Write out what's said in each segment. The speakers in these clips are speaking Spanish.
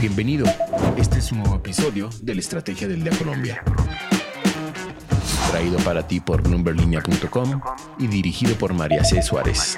Bienvenido. Este es un nuevo episodio de la Estrategia del Día Colombia. Traído para ti por numberlinea.com y dirigido por María C. Suárez.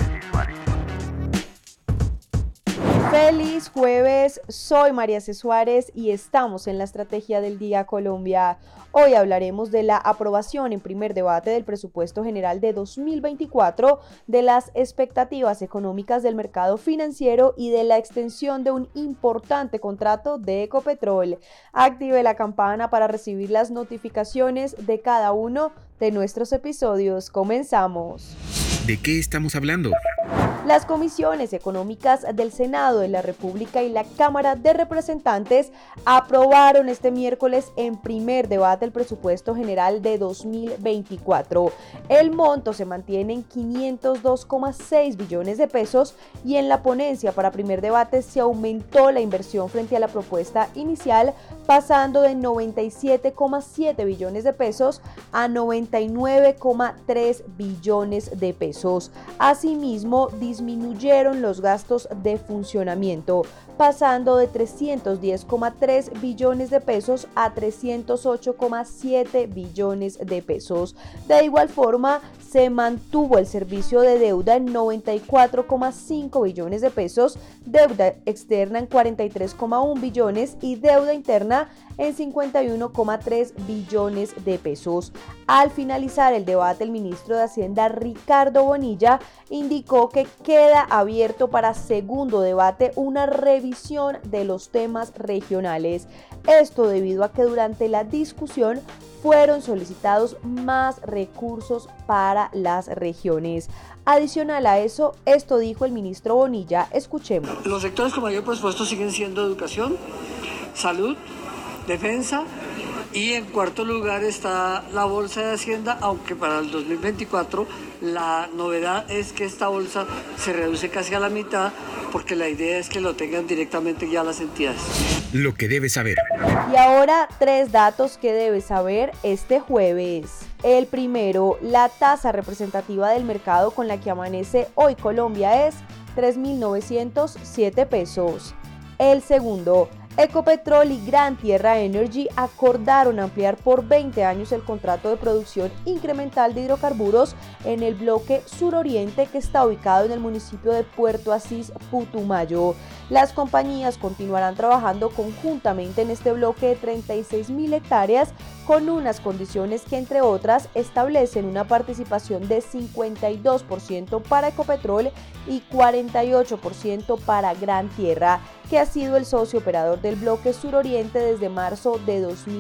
Feliz jueves, soy María C. Suárez y estamos en la Estrategia del Día Colombia. Hoy hablaremos de la aprobación en primer debate del presupuesto general de 2024, de las expectativas económicas del mercado financiero y de la extensión de un importante contrato de Ecopetrol. Active la campana para recibir las notificaciones de cada uno de nuestros episodios. Comenzamos. ¿De qué estamos hablando? Las comisiones económicas del Senado de la República y la Cámara de Representantes aprobaron este miércoles en primer debate el presupuesto general de 2024. El monto se mantiene en 502,6 billones de pesos y en la ponencia para primer debate se aumentó la inversión frente a la propuesta inicial, pasando de 97,7 billones de pesos a 99,3 billones de pesos. Asimismo, disminuyeron los gastos de funcionamiento, pasando de 310,3 billones de pesos a 308,7 billones de pesos. De igual forma, se mantuvo el servicio de deuda en 94,5 billones de pesos, deuda externa en 43,1 billones y deuda interna en 51,3 billones de pesos. Al finalizar el debate, el ministro de Hacienda, Ricardo Bonilla, indicó que queda abierto para segundo debate una revisión de los temas regionales. Esto debido a que durante la discusión fueron solicitados más recursos para las regiones. Adicional a eso, esto dijo el ministro Bonilla. Escuchemos. Los sectores con mayor presupuesto siguen siendo educación, salud, defensa, y en cuarto lugar está la bolsa de Hacienda, aunque para el 2024 la novedad es que esta bolsa se reduce casi a la mitad, porque la idea es que lo tengan directamente ya las entidades. Lo que debes saber. Y ahora 3 datos que debes saber este jueves. El primero, la tasa representativa del mercado con la que amanece hoy Colombia es 3.907 pesos. El segundo, Ecopetrol y Gran Tierra Energy acordaron ampliar por 20 años el contrato de producción incremental de hidrocarburos en el bloque suroriente que está ubicado en el municipio de Puerto Asís, Putumayo. Las compañías continuarán trabajando conjuntamente en este bloque de 36.000 hectáreas con unas condiciones que, entre otras, establecen una participación de 52% para Ecopetrol y 48% para Gran Tierra, que ha sido el socio operador del bloque suroriente desde marzo de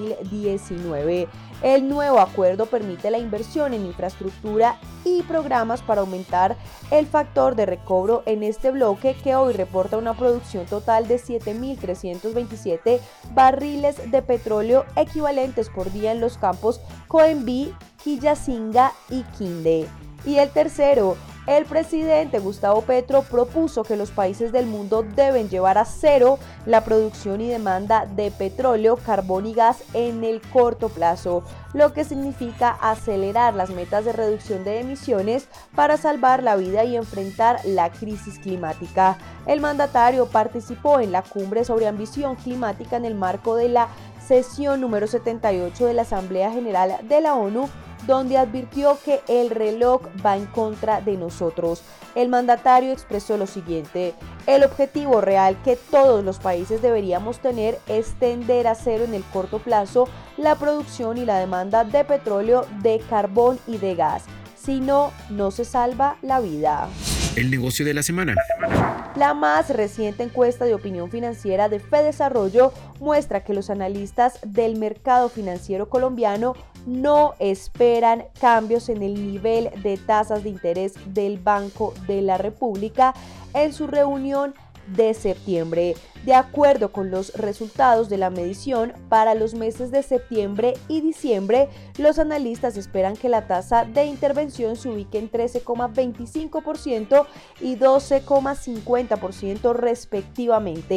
2019. El nuevo acuerdo permite la inversión en infraestructura y programas para aumentar el factor de recobro en este bloque, que hoy reporta una producción total de 7.327 barriles de petróleo equivalentes por día en los campos Coembí, Quillacinga y Quinde. Y el tercero, el presidente Gustavo Petro propuso que los países del mundo deben llevar a cero la producción y demanda de petróleo, carbón y gas en el corto plazo, lo que significa acelerar las metas de reducción de emisiones para salvar la vida y enfrentar la crisis climática. El mandatario participó en la cumbre sobre ambición climática en el marco de la sesión número 78 de la Asamblea General de la ONU, donde advirtió que el reloj va en contra de nosotros. El mandatario expresó lo siguiente: el objetivo real que todos los países deberíamos tener es tender a cero en el corto plazo la producción y la demanda de petróleo, de carbón y de gas. Si no, no se salva la vida. El negocio de la semana. La más reciente encuesta de opinión financiera de Fedesarrollo muestra que los analistas del mercado financiero colombiano no esperan cambios en el nivel de tasas de interés del Banco de la República en su reunión de septiembre. De acuerdo con los resultados de la medición, para los meses de septiembre y diciembre, los analistas esperan que la tasa de intervención se ubique en 13,25% y 12,50% respectivamente.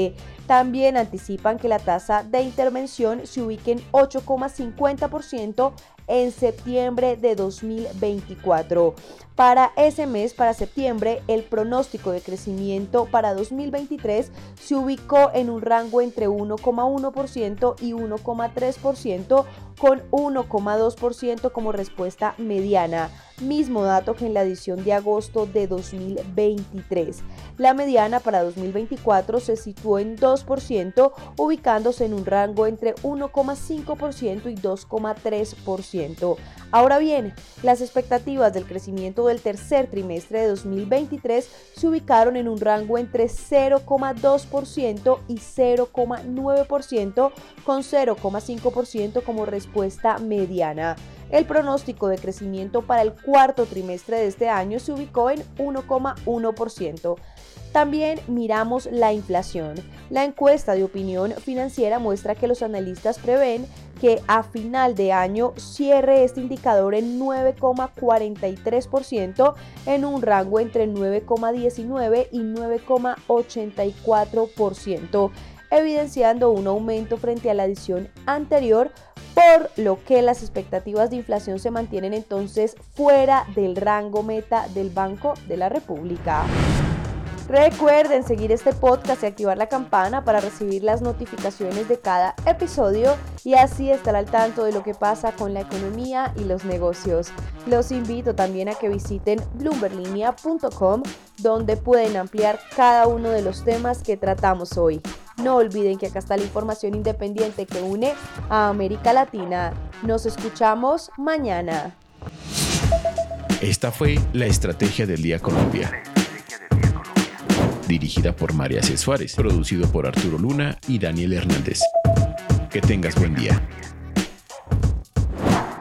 También anticipan que la tasa de intervención se ubique en 8,50% en septiembre de 2024. Para ese mes, para septiembre, el pronóstico de crecimiento para 2023 se ubicó en un rango entre 1,1% y 1,3%, con 1,2% como respuesta mediana, mismo dato que en la edición de agosto de 2023. La mediana para 2024 se situó en 2%, ubicándose en un rango entre 1,5% y 2,3%. Ahora bien, las expectativas del crecimiento del tercer trimestre de 2023 se ubicaron en un rango entre 0,2% y 0,9%, con 0,5% como respuesta mediana. El pronóstico de crecimiento para el cuarto trimestre de este año se ubicó en 1,1%. También miramos la inflación. La encuesta de opinión financiera muestra que los analistas prevén que a final de año cierre este indicador en 9,43%, en un rango entre 9,19 y 9,84%, evidenciando un aumento frente a la edición anterior, por lo que las expectativas de inflación se mantienen entonces fuera del rango meta del Banco de la República. Recuerden seguir este podcast y activar la campana para recibir las notificaciones de cada episodio y así estar al tanto de lo que pasa con la economía y los negocios. Los invito también a que visiten bloomberlinia.com, donde pueden ampliar cada uno de los temas que tratamos hoy. No olviden que acá está la información independiente que une a América Latina. Nos escuchamos mañana. Esta fue la Estrategia del Día Colombia. Dirigida por María C. Suárez, producido por Arturo Luna y Daniel Hernández. Que tengas buen día.